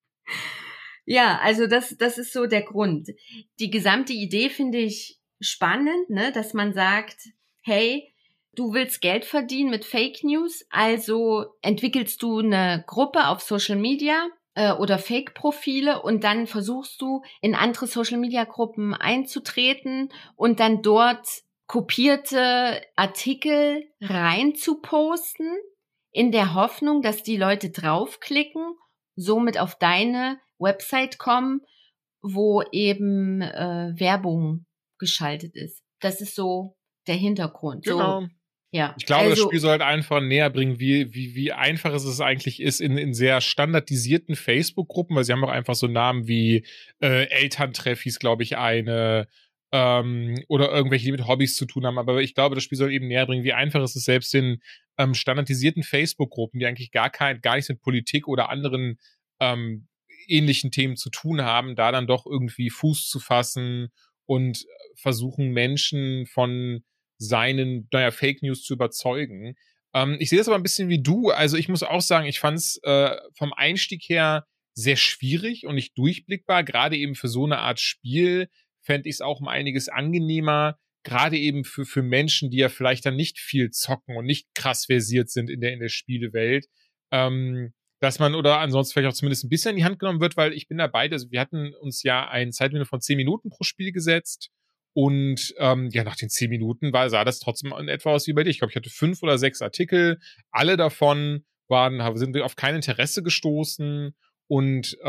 Ja, also das ist so der Grund. Die gesamte Idee finde ich spannend, ne, dass man sagt, hey, du willst Geld verdienen mit Fake News, also entwickelst du eine Gruppe auf Social Media oder Fake-Profile und dann versuchst du in andere Social-Media-Gruppen einzutreten und dann dort kopierte Artikel rein zu posten, in der Hoffnung, dass die Leute draufklicken, somit auf deine Website kommen, wo eben Werbung geschaltet ist. Das ist so der Hintergrund. Genau. So, ja. Ich glaube, das Also, Spiel soll halt einfach näher bringen, wie einfach es eigentlich ist in sehr standardisierten Facebook-Gruppen, weil sie haben auch einfach so Namen wie Elterntreff hieß, glaube ich, eine oder irgendwelche, die mit Hobbys zu tun haben. Aber ich glaube, das Spiel soll eben näher bringen, wie einfach es ist, selbst in standardisierten Facebook-Gruppen, die eigentlich gar nichts mit Politik oder anderen ähnlichen Themen zu tun haben, da dann doch irgendwie Fuß zu fassen und versuchen, Menschen von seinen, Fake News zu überzeugen. Ich sehe das aber ein bisschen wie du. Also ich muss auch sagen, ich fand es vom Einstieg her sehr schwierig und nicht durchblickbar. Gerade eben für so eine Art Spiel fände ich es auch um einiges angenehmer. Gerade eben für Menschen, die ja vielleicht dann nicht viel zocken und nicht krass versiert sind in der Spielewelt. Dass man oder ansonsten vielleicht auch zumindest ein bisschen in die Hand genommen wird, weil ich bin dabei, also wir hatten uns ja ein Zeitlimit von 10 Minuten pro Spiel gesetzt. Und nach den 10 Minuten sah das trotzdem in etwa aus wie bei dir. Ich glaube, ich hatte 5 oder 6 Artikel. Alle davon sind auf kein Interesse gestoßen. Und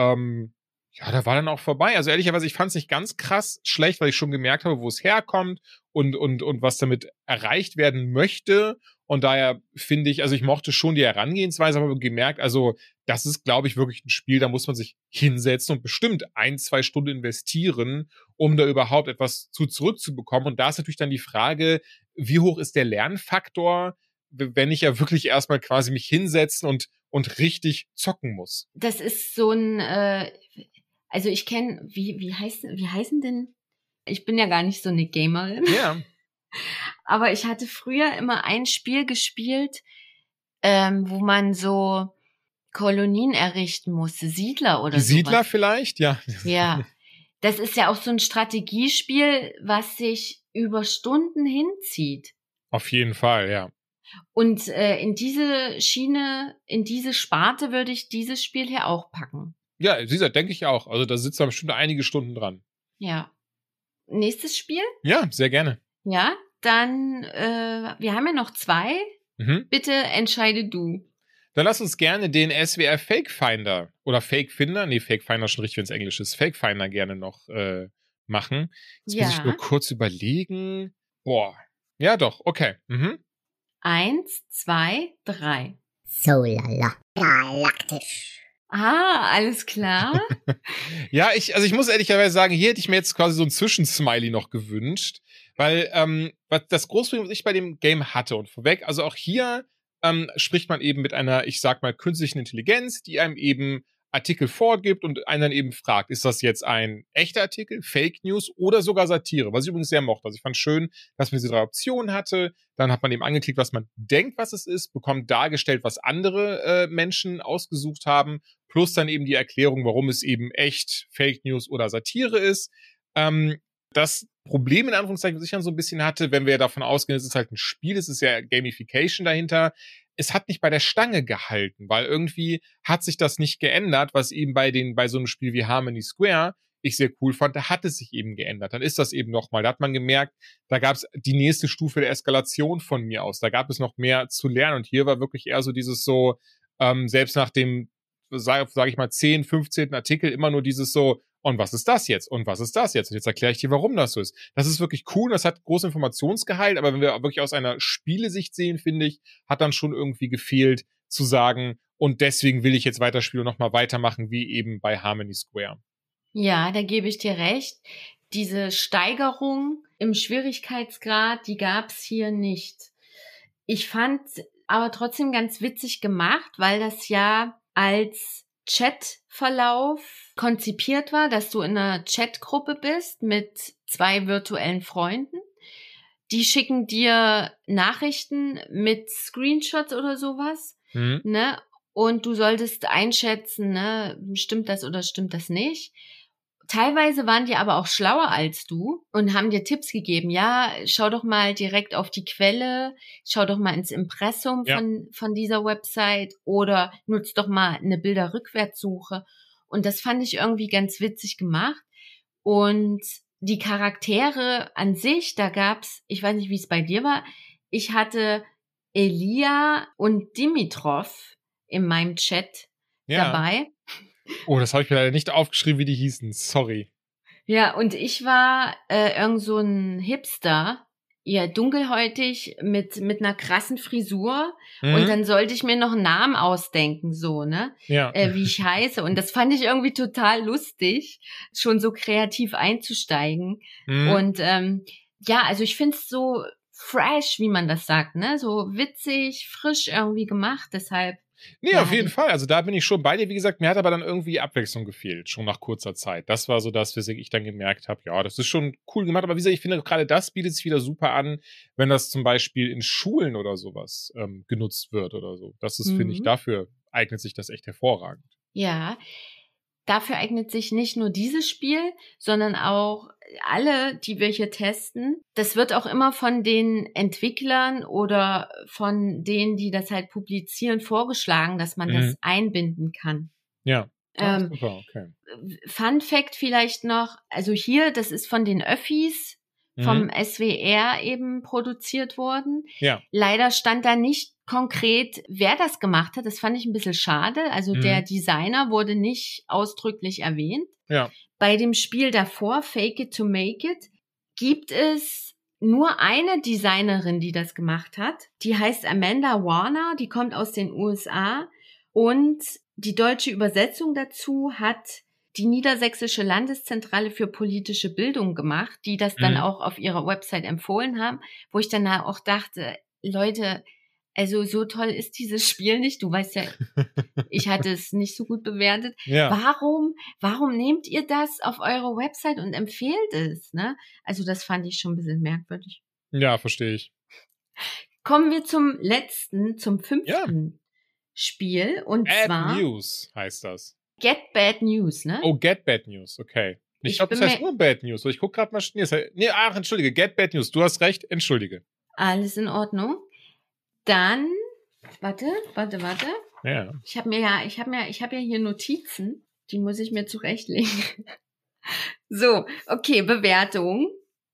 da war dann auch vorbei. Also ehrlicherweise, ich fand es nicht ganz krass schlecht, weil ich schon gemerkt habe, wo es herkommt und was damit erreicht werden möchte. Und daher finde ich, also ich mochte schon die Herangehensweise, aber gemerkt, also das ist, glaube ich, wirklich ein Spiel, da muss man sich hinsetzen und bestimmt 1-2 Stunden investieren, um da überhaupt etwas zurückzubekommen. Und da ist natürlich dann die Frage, wie hoch ist der Lernfaktor, wenn ich ja wirklich erstmal quasi mich hinsetzen und richtig zocken muss. das ist so ein, also ich kenne, wie heißen denn? Ich bin ja gar nicht so eine Gamerin. Ja. Aber ich hatte früher immer ein Spiel gespielt, wo man so Kolonien errichten musste, Siedler oder Die Siedler sowas. vielleicht, ja. Ja, das ist ja auch so ein Strategiespiel, was sich über Stunden hinzieht. Auf jeden Fall, ja. Und in diese Schiene, in diese Sparte würde ich dieses Spiel hier auch packen. Ja, Sisa, denke ich auch. Also da sitzen bestimmt einige Stunden dran. Ja. Nächstes Spiel? Ja, sehr gerne. Ja, dann, wir haben ja noch 2. Mhm. Bitte entscheide du. Dann lass uns gerne den SWR Fake Finder oder Fake Finder, Fake Finder schon richtig, wenn es Englisch ist, Fake Finder gerne noch machen. Jetzt muss ich nur kurz überlegen. Boah. Ja, doch, okay. 1, 2, 3. So lala. Galaktisch. Ah, alles klar. Ja, ich muss ehrlicherweise sagen, hier hätte ich mir jetzt quasi so ein Zwischensmiley noch gewünscht, weil das Großproblem, was ich bei dem Game hatte und vorweg, also auch hier spricht man eben mit einer, ich sag mal, künstlichen Intelligenz, die einem eben Artikel vorgibt und einen dann eben fragt, ist das jetzt ein echter Artikel, Fake News oder sogar Satire, was ich übrigens sehr mochte. Also ich fand schön, dass man diese 3 Optionen hatte, dann hat man eben angeklickt, was man denkt, was es ist, bekommt dargestellt, was andere Menschen ausgesucht haben, plus dann eben die Erklärung, warum es eben echt Fake News oder Satire ist. Das Problem in Anführungszeichen, was ich dann so ein bisschen hatte, wenn wir ja davon ausgehen, es ist halt ein Spiel, es ist ja Gamification dahinter, es hat nicht bei der Stange gehalten, weil irgendwie hat sich das nicht geändert, was eben bei so einem Spiel wie Harmony Square ich sehr cool fand, da hat es sich eben geändert. Dann ist das eben nochmal, da hat man gemerkt, da gab es die nächste Stufe der Eskalation von mir aus, da gab es noch mehr zu lernen und hier war wirklich eher so dieses so, selbst nach dem, sag ich mal, 10., 15. Artikel immer nur dieses so, und was ist das jetzt? Und was ist das jetzt? Und jetzt erkläre ich dir, warum das so ist. Das ist wirklich cool, das hat großen Informationsgehalt, aber wenn wir wirklich aus einer Spielesicht sehen, finde ich, hat dann schon irgendwie gefehlt zu sagen, und deswegen will ich jetzt weiterspielen und nochmal weitermachen, wie eben bei Harmony Square. Ja, da gebe ich dir recht. Diese Steigerung im Schwierigkeitsgrad, die gab's hier nicht. Ich fand aber trotzdem ganz witzig gemacht, weil das ja als Chatverlauf konzipiert war, dass du in einer Chatgruppe bist mit 2 virtuellen Freunden. Die schicken dir Nachrichten mit Screenshots oder sowas, ne? Und du solltest einschätzen, ne, stimmt das oder stimmt das nicht? Teilweise waren die aber auch schlauer als du und haben dir Tipps gegeben. Ja, schau doch mal direkt auf die Quelle, schau doch mal ins Impressum von dieser Website oder nutz doch mal eine Bilderrückwärtssuche. Und das fand ich irgendwie ganz witzig gemacht. Und die Charaktere an sich, da gab's, ich weiß nicht, wie es bei dir war, ich hatte Elia und Dimitrov in meinem Chat dabei. Oh, das habe ich mir leider nicht aufgeschrieben, wie die hießen. Sorry. Ja, und ich war irgend so ein Hipster, ja, dunkelhäutig mit einer krassen Frisur. Und dann sollte ich mir noch einen Namen ausdenken, so, ne? Ja. Wie ich heiße. Und das fand ich irgendwie total lustig, schon so kreativ einzusteigen. Und ja, also ich find's so fresh, wie man das sagt, ne? So witzig, frisch irgendwie gemacht, deshalb. Nee, auf jeden Fall. Also da bin ich schon bei dir. Wie gesagt, mir hat aber dann irgendwie Abwechslung gefehlt, schon nach kurzer Zeit. Das war so das, was ich dann gemerkt habe, ja, das ist schon cool gemacht. Aber wie gesagt, ich finde gerade das bietet sich wieder super an, wenn das zum Beispiel in Schulen oder sowas genutzt wird oder so. Das ist, finde ich, dafür eignet sich das echt hervorragend. Ja, dafür eignet sich nicht nur dieses Spiel, sondern auch alle, die wir hier testen. Das wird auch immer von den Entwicklern oder von denen, die das halt publizieren, vorgeschlagen, dass man das einbinden kann. Ja, super, okay. Fun Fact vielleicht noch, also hier, das ist von den Öffis vom SWR eben produziert worden. Ja. Leider stand da nicht konkret, wer das gemacht hat. Das fand ich ein bisschen schade. Also der Designer wurde nicht ausdrücklich erwähnt. Ja. Bei dem Spiel davor, Fake It to Make It, gibt es nur eine Designerin, die das gemacht hat. Die heißt Amanda Warner, die kommt aus den USA. Und die deutsche Übersetzung dazu hat die Niedersächsische Landeszentrale für politische Bildung gemacht, die das dann auch auf ihrer Website empfohlen haben, wo ich dann auch dachte, Leute, also so toll ist dieses Spiel nicht. Du weißt ja, ich hatte es nicht so gut bewertet. Ja. Warum nehmt ihr das auf eure Website und empfehlt es? Ne? Also das fand ich schon ein bisschen merkwürdig. Ja, verstehe ich. Kommen wir zum 5. Spiel. Und zwar Bad News heißt das. Get Bad News, ne? Oh, Get Bad News, okay. Ich glaube, das heißt nur Bad News. Ich gucke gerade mal. Entschuldige, Get Bad News. Du hast recht, entschuldige. Alles in Ordnung. Dann, warte. Ja. Ich habe ja hier Notizen, die muss ich mir zurechtlegen. So, okay, Bewertung.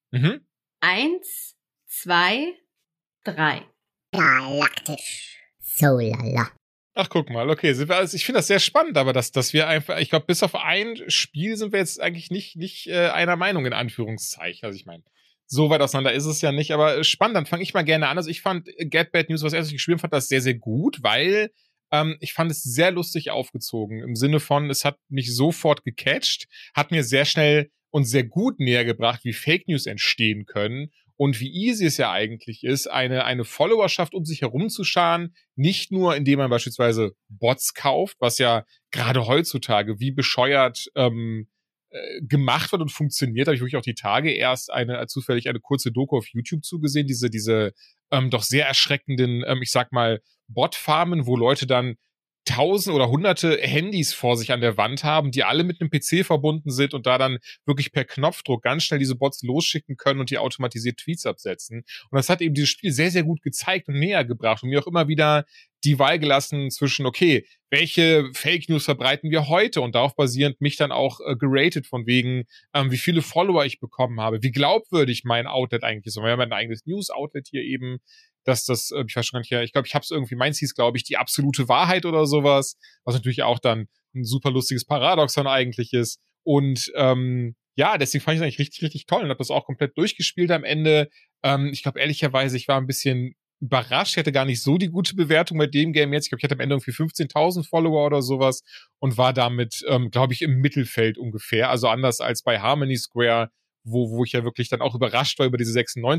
1, 2, 3. Galaktisch. So lala. Ach, guck mal, okay. Ich finde das sehr spannend, aber dass wir einfach, ich glaube, bis auf ein Spiel sind wir jetzt eigentlich nicht einer Meinung, in Anführungszeichen. Also ich meine, so weit auseinander ist es ja nicht, aber spannend, dann fange ich mal gerne an. Also ich fand Get Bad News, was ich gespielt habe, fand das sehr, sehr gut, weil ich fand es sehr lustig aufgezogen. Im Sinne von, es hat mich sofort gecatcht, hat mir sehr schnell und sehr gut näher gebracht, wie Fake News entstehen können. Und wie easy es ja eigentlich ist, eine Followerschaft um sich herum zu scharen, nicht nur indem man beispielsweise Bots kauft, was ja gerade heutzutage wie bescheuert gemacht wird und funktioniert, habe ich wirklich auch die Tage erst zufällig eine kurze Doku auf YouTube zugesehen, diese doch sehr erschreckenden, ich sag mal, Bot-Farmen, wo Leute dann 1000 oder hunderte Handys vor sich an der Wand haben, die alle mit einem PC verbunden sind und da dann wirklich per Knopfdruck ganz schnell diese Bots losschicken können und die automatisiert Tweets absetzen. Und das hat eben dieses Spiel sehr, sehr gut gezeigt und näher gebracht und mir auch immer wieder die Wahl gelassen zwischen, okay, welche Fake News verbreiten wir heute? Und darauf basierend mich dann auch geratet von wegen, wie viele Follower ich bekommen habe, wie glaubwürdig mein Outlet eigentlich ist. Und wir haben ein eigenes News-Outlet hier eben, dass das, ich weiß schon gar nicht, ich glaube, ich habe es irgendwie, meins hieß, glaube ich, die absolute Wahrheit oder sowas, was natürlich auch dann ein super lustiges Paradoxon eigentlich ist. Und ja, deswegen fand ich es eigentlich richtig, richtig toll und habe das auch komplett durchgespielt am Ende. Ich glaube, ehrlicherweise, ich war ein bisschen überrascht. Ich hatte gar nicht so die gute Bewertung bei dem Game jetzt. Ich glaube, ich hatte am Ende irgendwie 15.000 Follower oder sowas und war damit, glaube ich, im Mittelfeld ungefähr. Also anders als bei Harmony Square, wo ich ja wirklich dann auch überrascht war über diese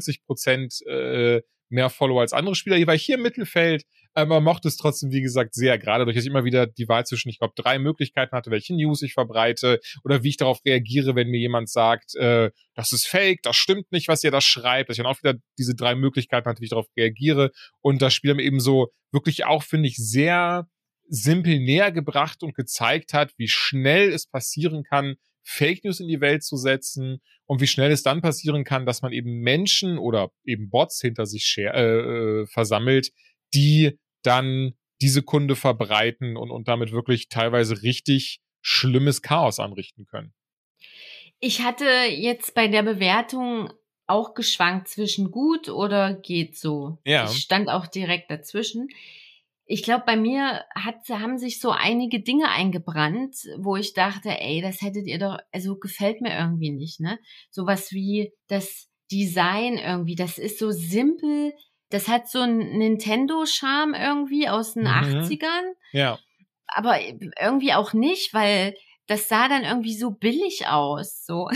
96% mehr Follower als andere Spieler. Hier war ich hier im Mittelfeld, aber mochte es trotzdem, wie gesagt, sehr. Gerade durch, dass ich immer wieder die Wahl zwischen, ich glaube, 3 Möglichkeiten hatte, welche News ich verbreite oder wie ich darauf reagiere, wenn mir jemand sagt, das ist fake, das stimmt nicht, was ihr da schreibt. Dass ich dann auch wieder diese 3 Möglichkeiten hatte, wie ich darauf reagiere. Und das Spiel mir eben so wirklich auch, finde ich, sehr simpel näher gebracht und gezeigt hat, wie schnell es passieren kann, Fake News in die Welt zu setzen und wie schnell es dann passieren kann, dass man eben Menschen oder eben Bots hinter sich versammelt, die dann diese Kunde verbreiten und damit wirklich teilweise richtig schlimmes Chaos anrichten können. Ich hatte jetzt bei der Bewertung auch geschwankt zwischen gut oder geht so. Ja. Ich stand auch direkt dazwischen. Ich glaube, bei mir haben sich so einige Dinge eingebrannt, wo ich dachte, ey, das hättet ihr doch, also gefällt mir irgendwie nicht, ne? Sowas wie das Design irgendwie, das ist so simpel, das hat so einen Nintendo-Charme irgendwie aus den 80ern. Ja. Aber irgendwie auch nicht, weil das sah dann irgendwie so billig aus, so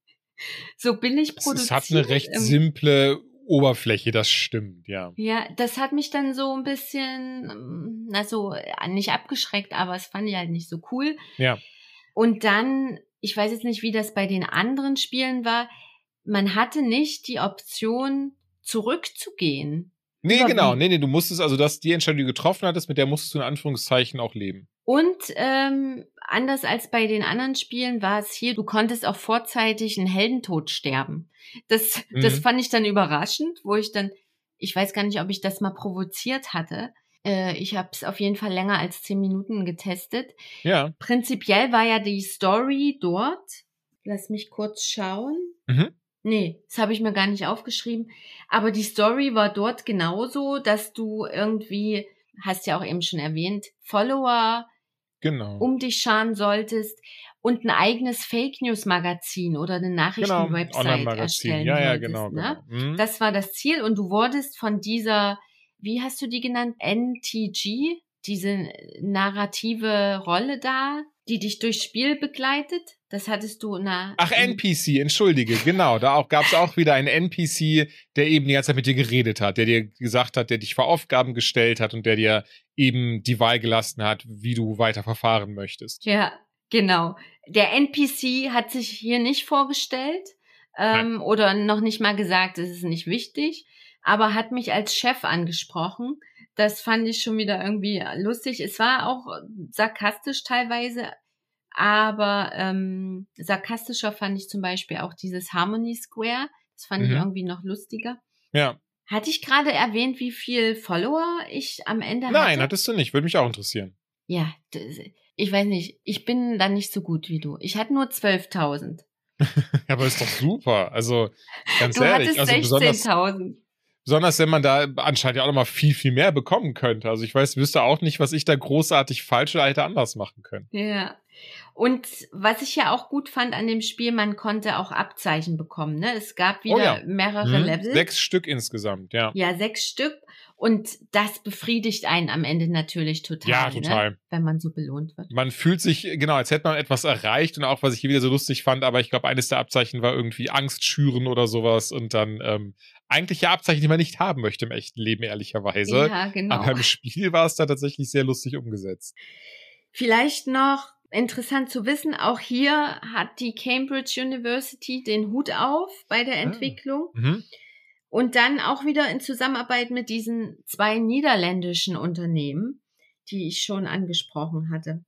billig produziert. Es hat eine recht simple Oberfläche, das stimmt, ja. Ja, das hat mich dann so ein bisschen, nicht abgeschreckt, aber es fand ich halt nicht so cool. Ja. Und dann, ich weiß jetzt nicht, wie das bei den anderen Spielen war, man hatte nicht die Option, zurückzugehen. Nee, genau. Nee, du musstest, also die Entscheidung, die du getroffen hattest, mit der musstest du in Anführungszeichen auch leben. Und anders als bei den anderen Spielen war es hier, du konntest auch vorzeitig einen Heldentod sterben. Das fand ich dann überraschend, wo ich weiß gar nicht, ob ich das mal provoziert hatte. Ich habe es auf jeden Fall länger als 10 Minuten getestet. Ja. Prinzipiell war ja die Story dort. Lass mich kurz schauen. Nee, das habe ich mir gar nicht aufgeschrieben. Aber die Story war dort genauso, dass du irgendwie, hast ja auch eben schon erwähnt, Follower um dich scharen solltest und ein eigenes Fake-News-Magazin oder eine Nachrichtenwebsite erstellen ja, solltest. genau. Ne? Das war das Ziel und du wurdest von dieser, wie hast du die genannt? NTG, diese narrative Rolle da, die dich durchs Spiel begleitet. Das hattest du NPC, entschuldige, genau. Da gab es auch wieder einen NPC, der eben die ganze Zeit mit dir geredet hat, der dir gesagt hat, der dich vor Aufgaben gestellt hat und der dir eben die Wahl gelassen hat, wie du weiter verfahren möchtest. Ja, genau. Der NPC hat sich hier nicht vorgestellt oder noch nicht mal gesagt, es ist nicht wichtig, aber hat mich als Chef angesprochen. Das fand ich schon wieder irgendwie lustig. Es war auch sarkastisch teilweise, aber sarkastischer fand ich zum Beispiel auch dieses Harmony Square. Das fand ich irgendwie noch lustiger. Ja. Hatte ich gerade erwähnt, wie viel Follower ich am Ende hatte? Nein, hattest du nicht. Würde mich auch interessieren. Ja, ich weiß nicht. Ich bin da nicht so gut wie du. Ich hatte nur 12.000. Aber ist doch super. Also, ganz du ehrlich. Hattest 16.000. Besonders wenn man da anscheinend ja auch noch mal viel, viel mehr bekommen könnte. Also ich wüsste auch nicht, was ich da großartig falsch oder hätte anders machen können. Ja. Und was ich ja auch gut fand an dem Spiel, man konnte auch Abzeichen bekommen. Ne? Es gab wieder mehrere Level. 6 Stück insgesamt, ja. Ja, 6 Stück. Und das befriedigt einen am Ende natürlich total. Ja, total. Ne? Wenn man so belohnt wird. Man fühlt sich, genau, als hätte man etwas erreicht. Und auch, was ich hier wieder so lustig fand, aber ich glaube, eines der Abzeichen war irgendwie Angst schüren oder sowas. Und dann eigentliche Abzeichen, die man nicht haben möchte im echten Leben, ehrlicherweise. Ja, genau. Aber im Spiel war es da tatsächlich sehr lustig umgesetzt. Vielleicht noch interessant zu wissen, auch hier hat die Cambridge University den Hut auf bei der Entwicklung. Und dann auch wieder in Zusammenarbeit mit diesen 2 niederländischen Unternehmen, die ich schon angesprochen hatte.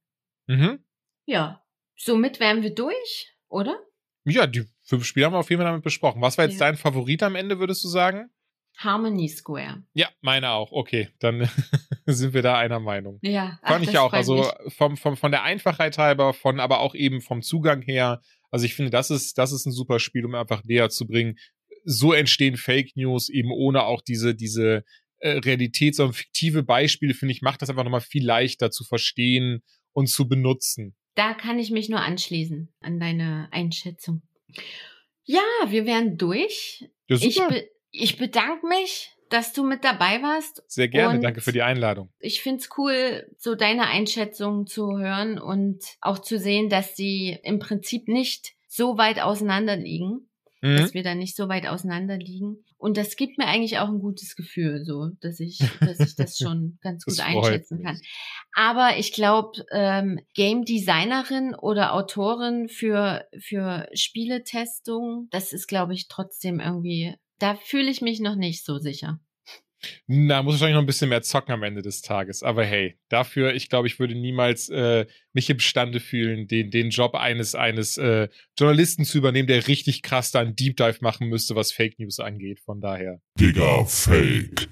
Ja, somit wären wir durch, oder? Ja, die 5 Spiele haben wir auf jeden Fall damit besprochen. Was war jetzt dein Favorit am Ende, würdest du sagen? Harmony Square. Ja, meine auch. Okay, dann sind wir da einer Meinung. Ja, fand ich auch. Also von der Einfachheit halber, aber auch eben vom Zugang her. Also ich finde, das ist ein super Spiel, um einfach näher zu bringen. So entstehen Fake News eben ohne auch diese Realität, sondern fiktive Beispiele, finde ich, macht das einfach nochmal viel leichter zu verstehen und zu benutzen. Da kann ich mich nur anschließen an deine Einschätzung. Ja, wir wären durch. Ja, super. Ich bedanke mich, dass du mit dabei warst. Sehr gerne, danke für die Einladung. Ich find's cool, so deine Einschätzung zu hören und auch zu sehen, dass sie im Prinzip nicht so weit auseinander liegen. dass wir da nicht so weit auseinander liegen. Und das gibt mir eigentlich auch ein gutes Gefühl, so, dass ich das schon ganz gut einschätzen kann. Aber ich glaube, Game Designerin oder Autorin für Spieletestung, das ist, glaube ich, trotzdem irgendwie, da fühle ich mich noch nicht so sicher. Na, muss wahrscheinlich noch ein bisschen mehr zocken am Ende des Tages. Aber hey, dafür, ich glaube, ich würde niemals mich imstande fühlen, den Job eines Journalisten zu übernehmen, der richtig krass da einen Deep Dive machen müsste, was Fake News angeht. Von daher. Digga Fake.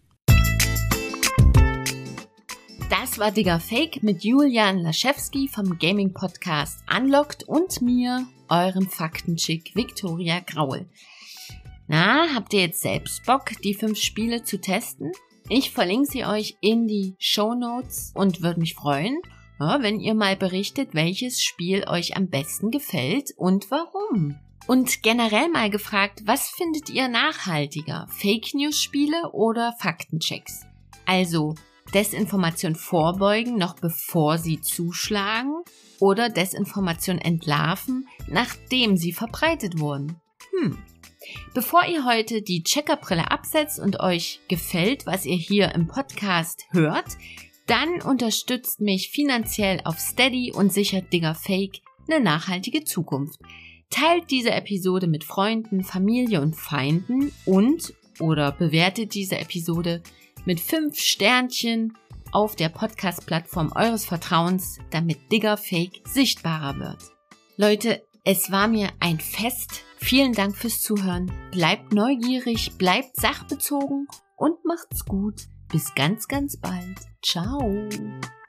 Das war Digga Fake mit Julian Laschewski vom Gaming-Podcast Unlocked und mir, eurem Faktenchick Viktoria Graul. Na, habt ihr jetzt selbst Bock, die 5 Spiele zu testen? Ich verlinke sie euch in die Shownotes und würde mich freuen, wenn ihr mal berichtet, welches Spiel euch am besten gefällt und warum. Und generell mal gefragt, was findet ihr nachhaltiger? Fake-News-Spiele oder Faktenchecks? Also Desinformation vorbeugen, noch bevor sie zuschlagen, oder Desinformation entlarven, nachdem sie verbreitet wurden? Bevor ihr heute die Checkerbrille absetzt und euch gefällt, was ihr hier im Podcast hört, dann unterstützt mich finanziell auf Steady und sichert Digga Fake eine nachhaltige Zukunft. Teilt diese Episode mit Freunden, Familie und Feinden oder bewertet diese Episode mit 5 Sternchen auf der Podcast-Plattform eures Vertrauens, damit Digga Fake sichtbarer wird. Leute, es war mir ein Fest. Vielen Dank fürs Zuhören. Bleibt neugierig, bleibt sachbezogen und macht's gut. Bis ganz, ganz bald. Ciao.